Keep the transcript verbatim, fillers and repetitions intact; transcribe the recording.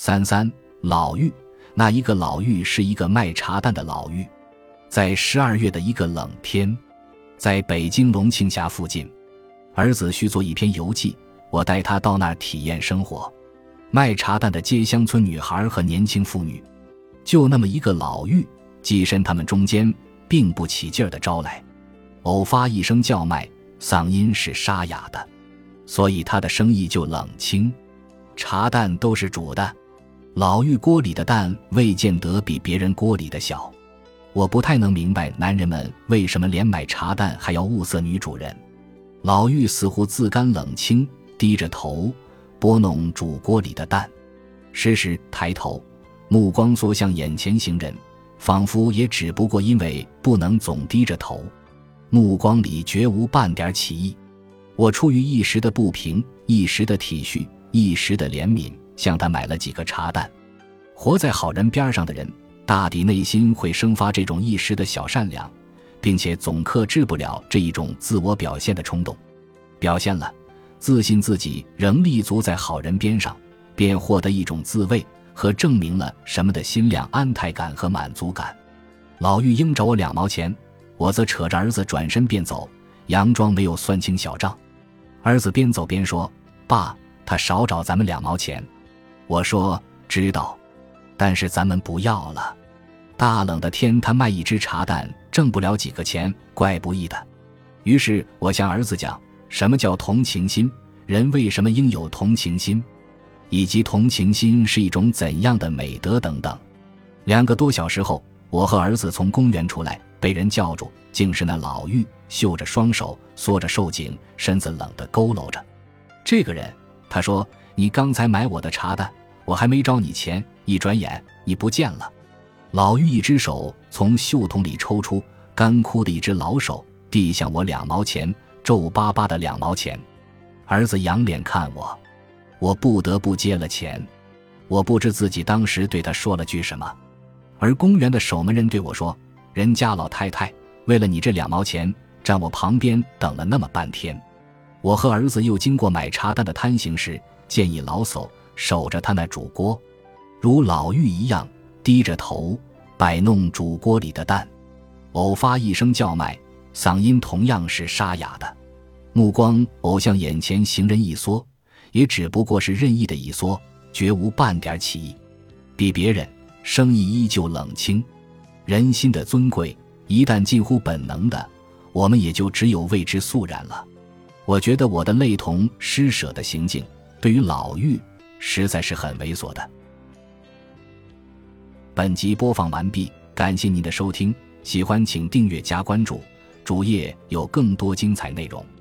三三老妪，那一个老妪是一个卖茶蛋的老妪。在十二月的一个冷天，在北京龙庆峡附近，儿子需做一篇游记，我带他到那儿体验生活。卖茶蛋的街乡村女孩和年轻妇女，就那么一个老妪跻身他们中间，并不起劲儿地招来，偶发一声叫卖，嗓音是沙哑的，所以他的生意就冷清。茶蛋都是煮的，老妪锅里的蛋未见得比别人锅里的小。我不太能明白男人们为什么连买茶蛋还要物色女主人。老妪似乎自甘冷清，低着头拨弄煮锅里的蛋，时时抬头，目光缩向眼前行人，仿佛也只不过因为不能总低着头，目光里绝无半点起意。我出于一时的不平，一时的体恤，一时的怜悯，向他买了几个茶蛋。活在好人边上的人，大抵内心会生发这种一时的小善良，并且总克制不了这一种自我表现的冲动。表现了，自信自己仍立足在好人边上，便获得一种自慰和证明了什么的心量安泰感和满足感。老妪应找我两毛钱，我则扯着儿子转身便走，佯装没有算清小账。儿子边走边说：爸，他少找咱们两毛钱。我说知道，但是咱们不要了。大冷的天他卖一只茶蛋挣不了几个钱，怪不易的。于是我向儿子讲什么叫同情心，人为什么应有同情心，以及同情心是一种怎样的美德等等。两个多小时后，我和儿子从公园出来，被人叫住，竟是那老妪，绣着双手，缩着瘦颈，身子冷得佝偻着。这个人，他说，你刚才买我的茶蛋，我还没找你钱，一转眼你不见了。老妪一只手从袖筒里抽出干枯的一只老手，递向我两毛钱，皱巴巴的两毛钱。儿子仰脸看我，我不得不接了钱。我不知自己当时对他说了句什么。而公园的守门人对我说，人家老太太为了你这两毛钱，站我旁边等了那么半天。我和儿子又经过买茶蛋的摊行时，见一老叟守着他那煮锅，如老妪一样低着头摆弄煮锅里的蛋，偶发一声叫卖，嗓音同样是沙哑的，目光偶向眼前行人一缩，也只不过是任意的一缩，绝无半点起意。比别人生意依旧冷清。人心的尊贵一旦近乎本能的，我们也就只有为之肃然了。我觉得我的类同施舍的行径对于老妪实在是很猥琐的。本集播放完毕，感谢您的收听，喜欢请订阅加关注，主页有更多精彩内容。